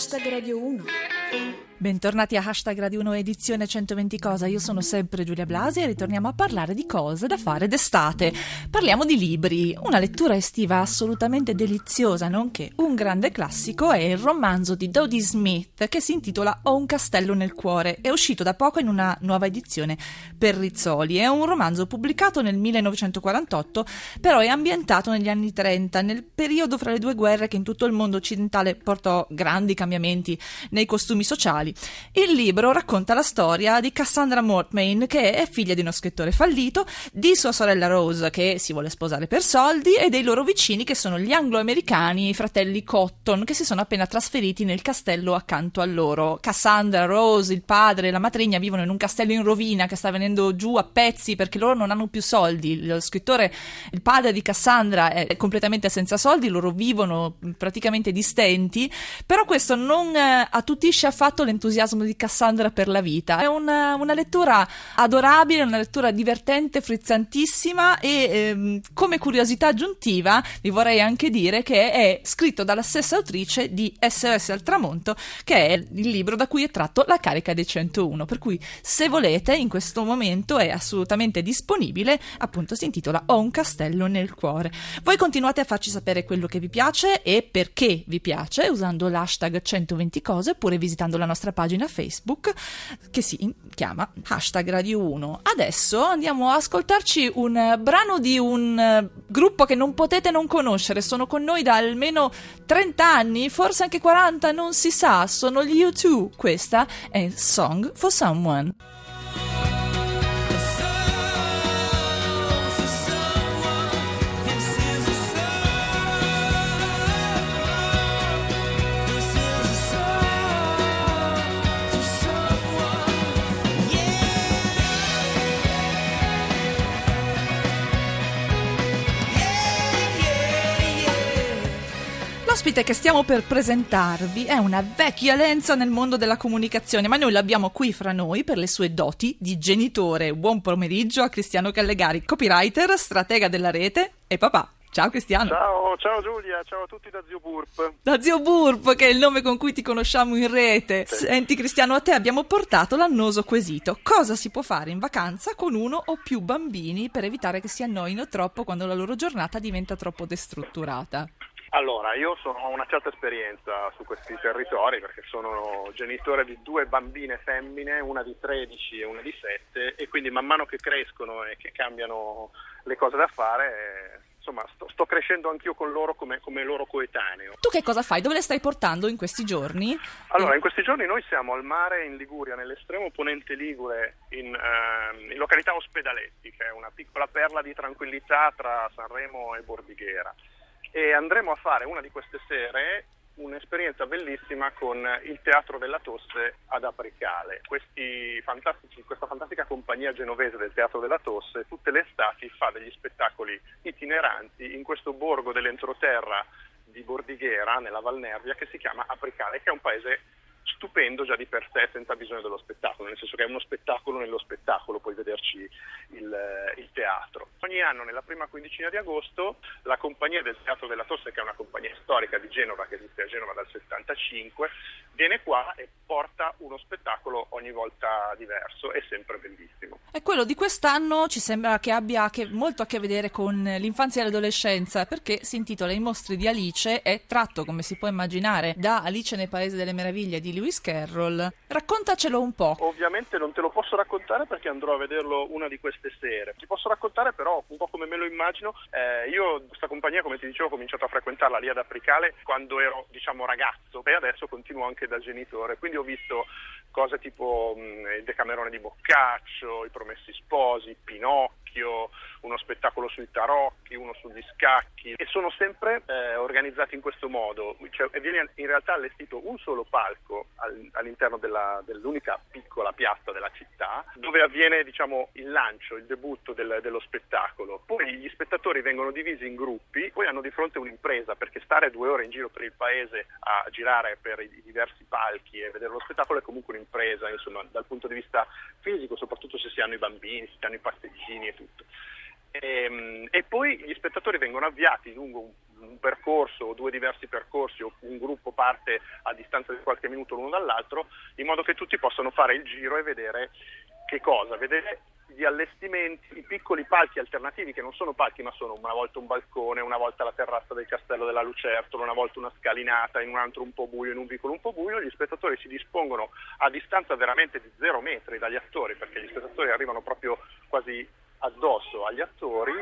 Hashtag Radio 1. Bentornati a Hashtag Radio 1 edizione 120 cosa, io sono sempre Giulia Blasi e ritorniamo a parlare di cose da fare d'estate. Parliamo di libri, una lettura estiva assolutamente deliziosa, nonché un grande classico è il romanzo di Dodie Smith che si intitola Ho un castello nel cuore, è uscito da poco in una nuova edizione per Rizzoli, è un romanzo pubblicato nel 1948, però è ambientato negli anni 30, nel periodo fra le due guerre che in tutto il mondo occidentale portò grandi cambiamenti nei costumi sociali. Il libro racconta la storia di Cassandra Mortmain, che è figlia di uno scrittore fallito, di sua sorella Rose, che si vuole sposare per soldi, e dei loro vicini, che sono gli anglo-americani, i fratelli Cotton, che si sono appena trasferiti nel castello accanto a loro. Cassandra, Rose, il padre e la matrigna vivono in un castello in rovina che sta venendo giù a pezzi perché loro non hanno più soldi. Lo scrittore, il padre di Cassandra, è completamente senza soldi, loro vivono praticamente di stenti, però questo non attutisce affatto l'entusiasmo di Cassandra per la vita. È una lettura adorabile, una lettura divertente, frizzantissima e come curiosità aggiuntiva vi vorrei anche dire che è scritto dalla stessa autrice di SOS al tramonto, che è il libro da cui è tratto La carica dei 101, per cui se volete in questo momento è assolutamente disponibile, appunto si intitola Ho un castello nel cuore. Voi continuate a farci sapere quello che vi piace e perché vi piace usando l'hashtag 120 cose oppure visitando la nostra pagina Facebook che si chiama Hashtag Radio 1. Adesso andiamo a ascoltarci un brano di un gruppo che non potete non conoscere, sono con noi da almeno 30 anni, forse anche 40, non si sa, sono gli U2. Questa è Song for Someone. L'ospite che stiamo per presentarvi è una vecchia lenza nel mondo della comunicazione, ma noi l'abbiamo qui fra noi per le sue doti di genitore. Buon pomeriggio a Cristiano Callegari, copywriter, stratega della rete e papà. Ciao Cristiano. Ciao Giulia, ciao a tutti da Zio Burp. Da Zio Burp, che è il nome con cui ti conosciamo in rete. Sì. Senti Cristiano, a te abbiamo portato l'annoso quesito. Cosa si può fare in vacanza con uno o più bambini per evitare che si annoino troppo quando la loro giornata diventa troppo destrutturata? Allora, io ho una certa esperienza su questi territori perché sono genitore di 2 bambine femmine, una di 13 e una di 7, e quindi man mano che crescono e che cambiano le cose da fare, insomma, sto crescendo anch'io con loro come loro coetaneo. Tu che cosa fai? Dove le stai portando in questi giorni? Allora, in questi giorni noi siamo al mare in Liguria, nell'estremo ponente ligure, in località Ospedaletti, che è una piccola perla di tranquillità tra Sanremo e Bordighera. E andremo a fare una di queste sere un'esperienza bellissima con il Teatro della Tosse ad Apricale. Questa fantastica compagnia genovese del Teatro della Tosse tutte le estati fa degli spettacoli itineranti in questo borgo dell'entroterra di Bordighera, nella Val Nervia, che si chiama Apricale, che è un paese stupendo già di per sé, senza bisogno dello spettacolo, nel senso che è uno spettacolo nello spettacolo, puoi vederci il teatro. Ogni anno nella prima quindicina di agosto la compagnia del Teatro della Tosse, che è una compagnia storica di Genova, che esiste a Genova dal 75, viene qua e porta uno spettacolo ogni volta diverso, è sempre bellissimo. E quello di quest'anno ci sembra che abbia molto a che vedere con l'infanzia e l'adolescenza, perché si intitola I mostri di Alice, è tratto, come si può immaginare, da Alice nel Paese delle Meraviglie di Lewis Carroll. Raccontacelo un po'. Ovviamente non te lo posso raccontare perché andrò a vederlo una di queste sere. Ti posso raccontare però un po' come me lo immagino. Io questa compagnia, come ti dicevo, ho cominciato a frequentarla lì ad Apricale quando ero, ragazzo, e adesso continuo anche da genitore. Quindi ho visto cose tipo il Decamerone di Boccaccio, I Promessi Sposi, Pinocchio, uno spettacolo sui tarocchi, uno sugli scacchi, e sono sempre organizzati in questo modo. Viene in realtà allestito un solo palco all'interno dell'unica piccola piazza della città, dove avviene il lancio, il debutto dello spettacolo. Poi gli spettatori vengono divisi in gruppi, poi hanno di fronte un'impresa, perché stare 2 ore in giro per il paese a girare per i diversi palchi e vedere lo spettacolo è comunque un'impresa, insomma, dal punto di vista fisico, soprattutto se si hanno i bambini, se si hanno i pasticcini e tutto. E poi gli spettatori vengono avviati lungo un un percorso o due diversi percorsi, o un gruppo parte a distanza di qualche minuto l'uno dall'altro, in modo che tutti possano fare il giro e vedere che cosa? Vedere gli allestimenti, i piccoli palchi alternativi che non sono palchi ma sono una volta un balcone, una volta la terrazza del Castello della Lucertola, una volta una scalinata, in un altro un po' buio, in un vicolo un po' buio. Gli spettatori si dispongono a distanza veramente di 0 metri dagli attori, perché gli spettatori arrivano proprio quasi addosso agli attori,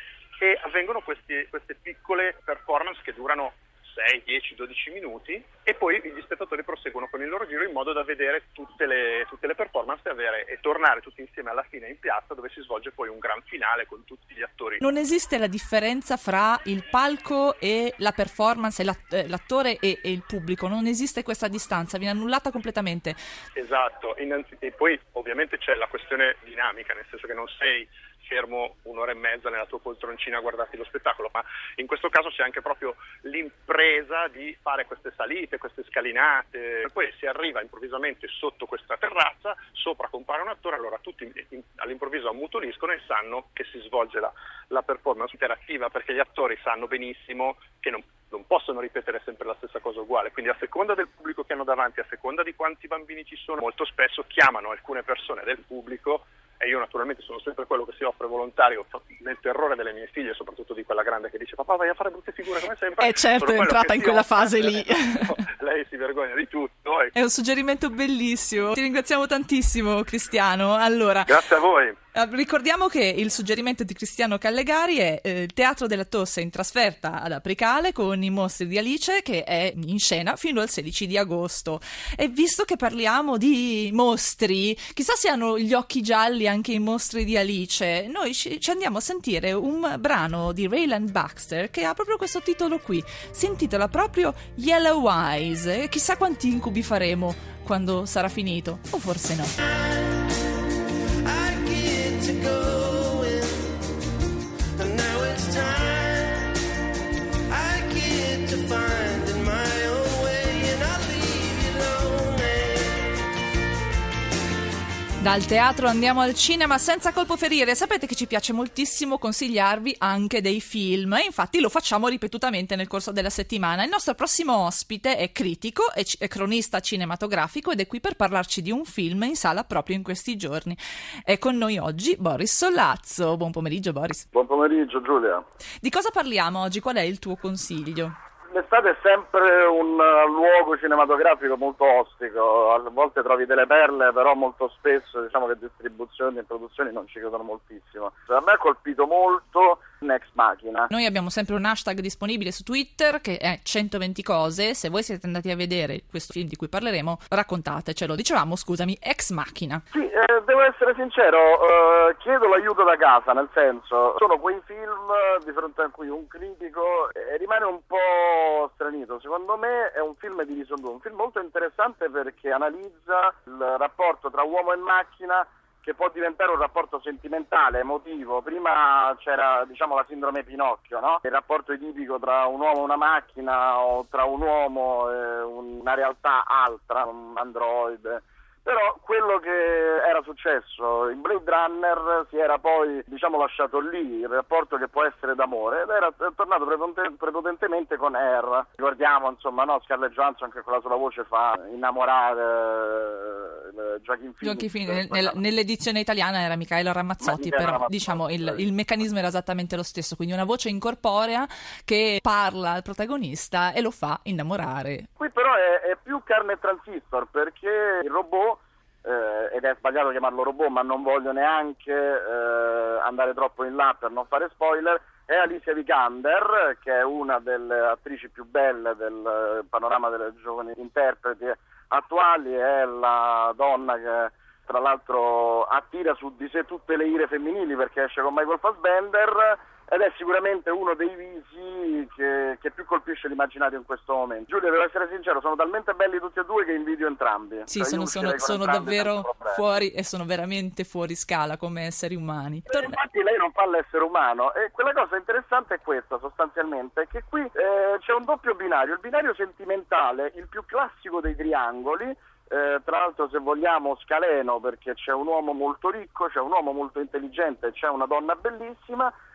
e avvengono queste piccole performance che durano 6, 10, 12 minuti, e poi gli spettatori proseguono con il loro giro in modo da vedere tutte le performance e tornare tutti insieme alla fine in piazza, dove si svolge poi un gran finale con tutti gli attori. Non esiste la differenza fra il palco e la performance, l'attore e il pubblico, non esiste questa distanza, viene annullata completamente. Esatto, e poi ovviamente c'è la questione dinamica, nel senso che non sei fermo un'ora e mezza nella tua poltroncina a guardarti lo spettacolo, ma in questo caso c'è anche proprio l'impresa di fare queste salite, queste scalinate, poi si arriva improvvisamente sotto questa terrazza, sopra compare un attore, allora tutti all'improvviso ammutoliscono e sanno che si svolge la performance interattiva, perché gli attori sanno benissimo che non possono ripetere sempre la stessa cosa uguale, quindi a seconda del pubblico che hanno davanti, a seconda di quanti bambini ci sono, molto spesso chiamano alcune persone del pubblico, e io naturalmente sono sempre quello che si offre volontario nel terrore delle mie figlie, soprattutto di quella grande che dice papà vai a fare brutte figure come sempre. Certo, è entrata in quella fase lì. Lei si vergogna di tutto. È un suggerimento bellissimo. Ti ringraziamo tantissimo, Cristiano. Allora, grazie a voi. Ricordiamo che il suggerimento di Cristiano Callegari è il Teatro della Tosse in trasferta ad Apricale con I Mostri di Alice, che è in scena fino al 16 di agosto. E visto che parliamo di mostri, chissà se hanno gli occhi gialli anche i mostri di Alice, noi ci andiamo a sentire un brano di Rayland Baxter che ha proprio questo titolo qui, si intitola proprio Yellow Eyes, e chissà quanti incubi faremo quando sarà finito, o forse no. Dal teatro andiamo al cinema senza colpo ferire. Sapete che ci piace moltissimo consigliarvi anche dei film, e infatti lo facciamo ripetutamente nel corso della settimana. Il nostro prossimo ospite è critico, è cronista cinematografico ed è qui per parlarci di un film in sala proprio in questi giorni. È con noi oggi Boris Sollazzo. Buon pomeriggio, Boris. Buon pomeriggio, Giulia. Di cosa parliamo oggi? Qual è il tuo consiglio? L'estate è sempre un luogo cinematografico molto ostico, a volte trovi delle perle, però molto spesso diciamo che distribuzioni e produzioni non ci credono moltissimo. A me ha colpito molto Ex Machina. Noi abbiamo sempre un hashtag disponibile su Twitter che è 120 cose. Se voi siete andati a vedere questo film di cui parleremo, raccontatecelo. Dicevamo, scusami, Ex Machina. Sì, devo essere sincero, chiedo l'aiuto da casa, nel senso, sono quei film di fronte a cui un critico rimane un po' stranito. Secondo me è un film diviso in due, un film molto interessante perché analizza il rapporto tra uomo e macchina, che può diventare un rapporto sentimentale, emotivo. Prima c'era, diciamo, la sindrome Pinocchio, no? Il rapporto tipico tra un uomo e una macchina, o tra un uomo e una realtà altra, un androide. Però quello che era successo in Blade Runner si era poi, diciamo, lasciato lì, il rapporto che può essere d'amore, ed era tornato prepotentemente con Air. Ricordiamo, insomma, no, Scarlett Johansson che con la sola voce fa innamorare Joaquin Phoenix. Nell'edizione italiana era Michaela Ramazzotti, però diciamo il meccanismo era esattamente lo stesso, quindi una voce incorporea che parla al protagonista e lo fa innamorare. Qui però è più carne e transistor, perché il robot, ed è sbagliato chiamarlo robot, ma non voglio neanche andare troppo in là per non fare spoiler, è Alicia Vikander, che è una delle attrici più belle del panorama delle giovani interpreti attuali, è la donna che tra l'altro attira su di sé tutte le ire femminili perché esce con Michael Fassbender, ed è sicuramente uno dei visi che più colpisce l'immaginario in questo momento. Giulia, devo essere sincero, sono talmente belli tutti e due che invidio entrambi. Sì, cioè, sono davvero fuori, e sono veramente fuori scala come esseri umani. Infatti lei non fa l'essere umano, e quella cosa interessante è questa sostanzialmente, che qui c'è un doppio binario, il binario sentimentale, il più classico dei triangoli, tra l'altro se vogliamo scaleno, perché c'è un uomo molto ricco, c'è un uomo molto intelligente, c'è una donna bellissima,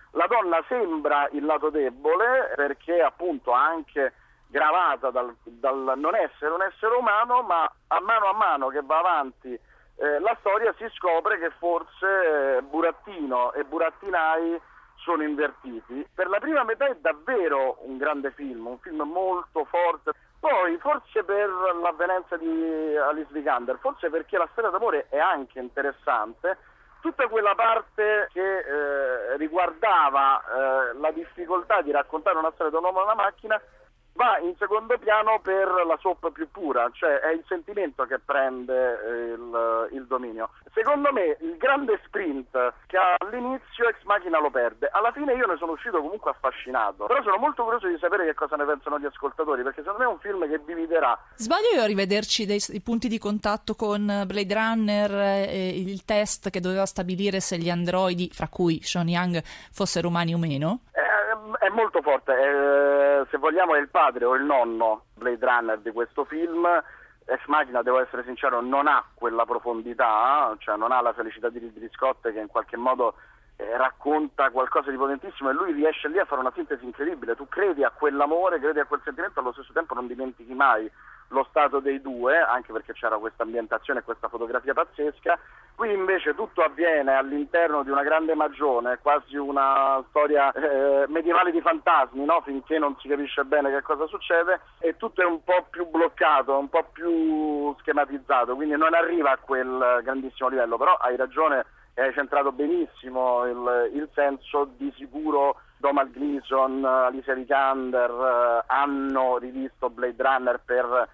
la donna sembra il lato debole perché appunto anche gravata dal non essere un essere umano, ma a mano che va avanti la storia si scopre che forse Burattino e Burattinai sono invertiti. Per la prima metà è davvero un grande film, un film molto forte. Poi forse per l'avvenenza di Alice Vikander, forse perché la storia d'amore è anche interessante, tutta quella parte che riguardava la difficoltà di raccontare una storia da un uomo e una macchina va in secondo piano per la soap più pura, cioè è il sentimento che prende il dominio. Secondo me il grande sprint che all'inizio Ex Machina lo perde, alla fine io ne sono uscito comunque affascinato, però sono molto curioso di sapere che cosa ne pensano gli ascoltatori, perché secondo me è un film che dividerà. Sbaglio io a rivederci dei punti di contatto con Blade Runner, il test che doveva stabilire se gli androidi, fra cui Sean Young, fossero umani o meno? È molto forte, se vogliamo è il padre o il nonno Blade Runner di questo film. Ex Machina, devo essere sincero, non ha quella profondità, cioè non ha la felicità di Ridley Scott che in qualche modo racconta qualcosa di potentissimo e lui riesce lì a fare una sintesi incredibile. Tu credi a quell'amore, credi a quel sentimento, allo stesso tempo non dimentichi mai lo stato dei due, anche perché c'era questa ambientazione e questa fotografia pazzesca. Qui invece tutto avviene all'interno di una grande magione, quasi una storia medievale di fantasmi, no? Finché non si capisce bene che cosa succede, e tutto è un po' più bloccato, un po' più schematizzato, quindi non arriva a quel grandissimo livello. Però hai ragione e hai centrato benissimo il senso. Di sicuro Domhnall Gleeson, Alicia Vikander hanno rivisto Blade Runner per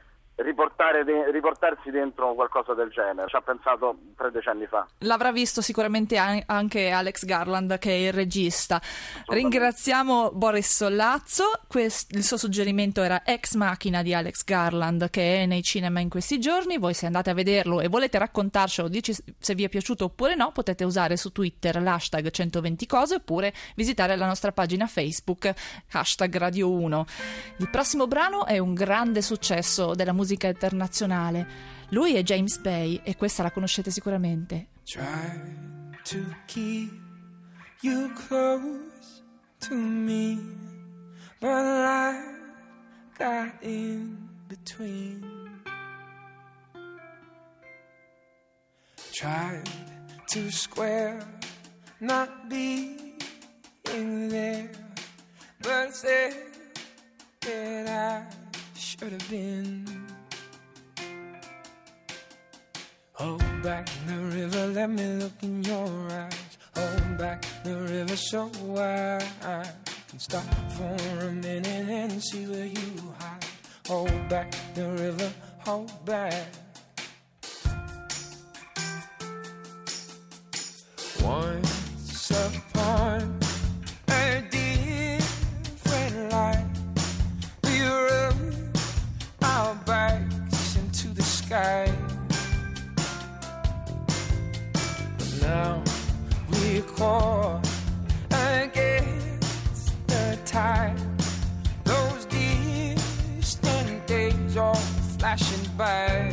riportarsi dentro qualcosa del genere. Ci ha pensato 3 decenni fa. L'avrà visto sicuramente anche Alex Garland, che è il regista. Ringraziamo Boris Sollazzo. Il suo suggerimento era Ex Machina di Alex Garland, che è nei cinema in questi giorni. Voi, se andate a vederlo e volete raccontarcelo, dici se vi è piaciuto oppure no, potete usare su Twitter l'hashtag 120 cose oppure visitare la nostra pagina Facebook hashtag Radio 1. Il prossimo brano è un grande successo della musica internazionale. Lui è James Bay e questa la conoscete sicuramente. Try to keep you close to me, but life got in between. Tried to square not being there, but said that I should have been. Hold back the river, let me look in your eyes. Hold back the river so I can stop for a minute and see where you hide. Hold back the river, hold back. Once upon a different life, we rode our bikes into the sky. Now we're caught against the tide. Those distant days all flashing by.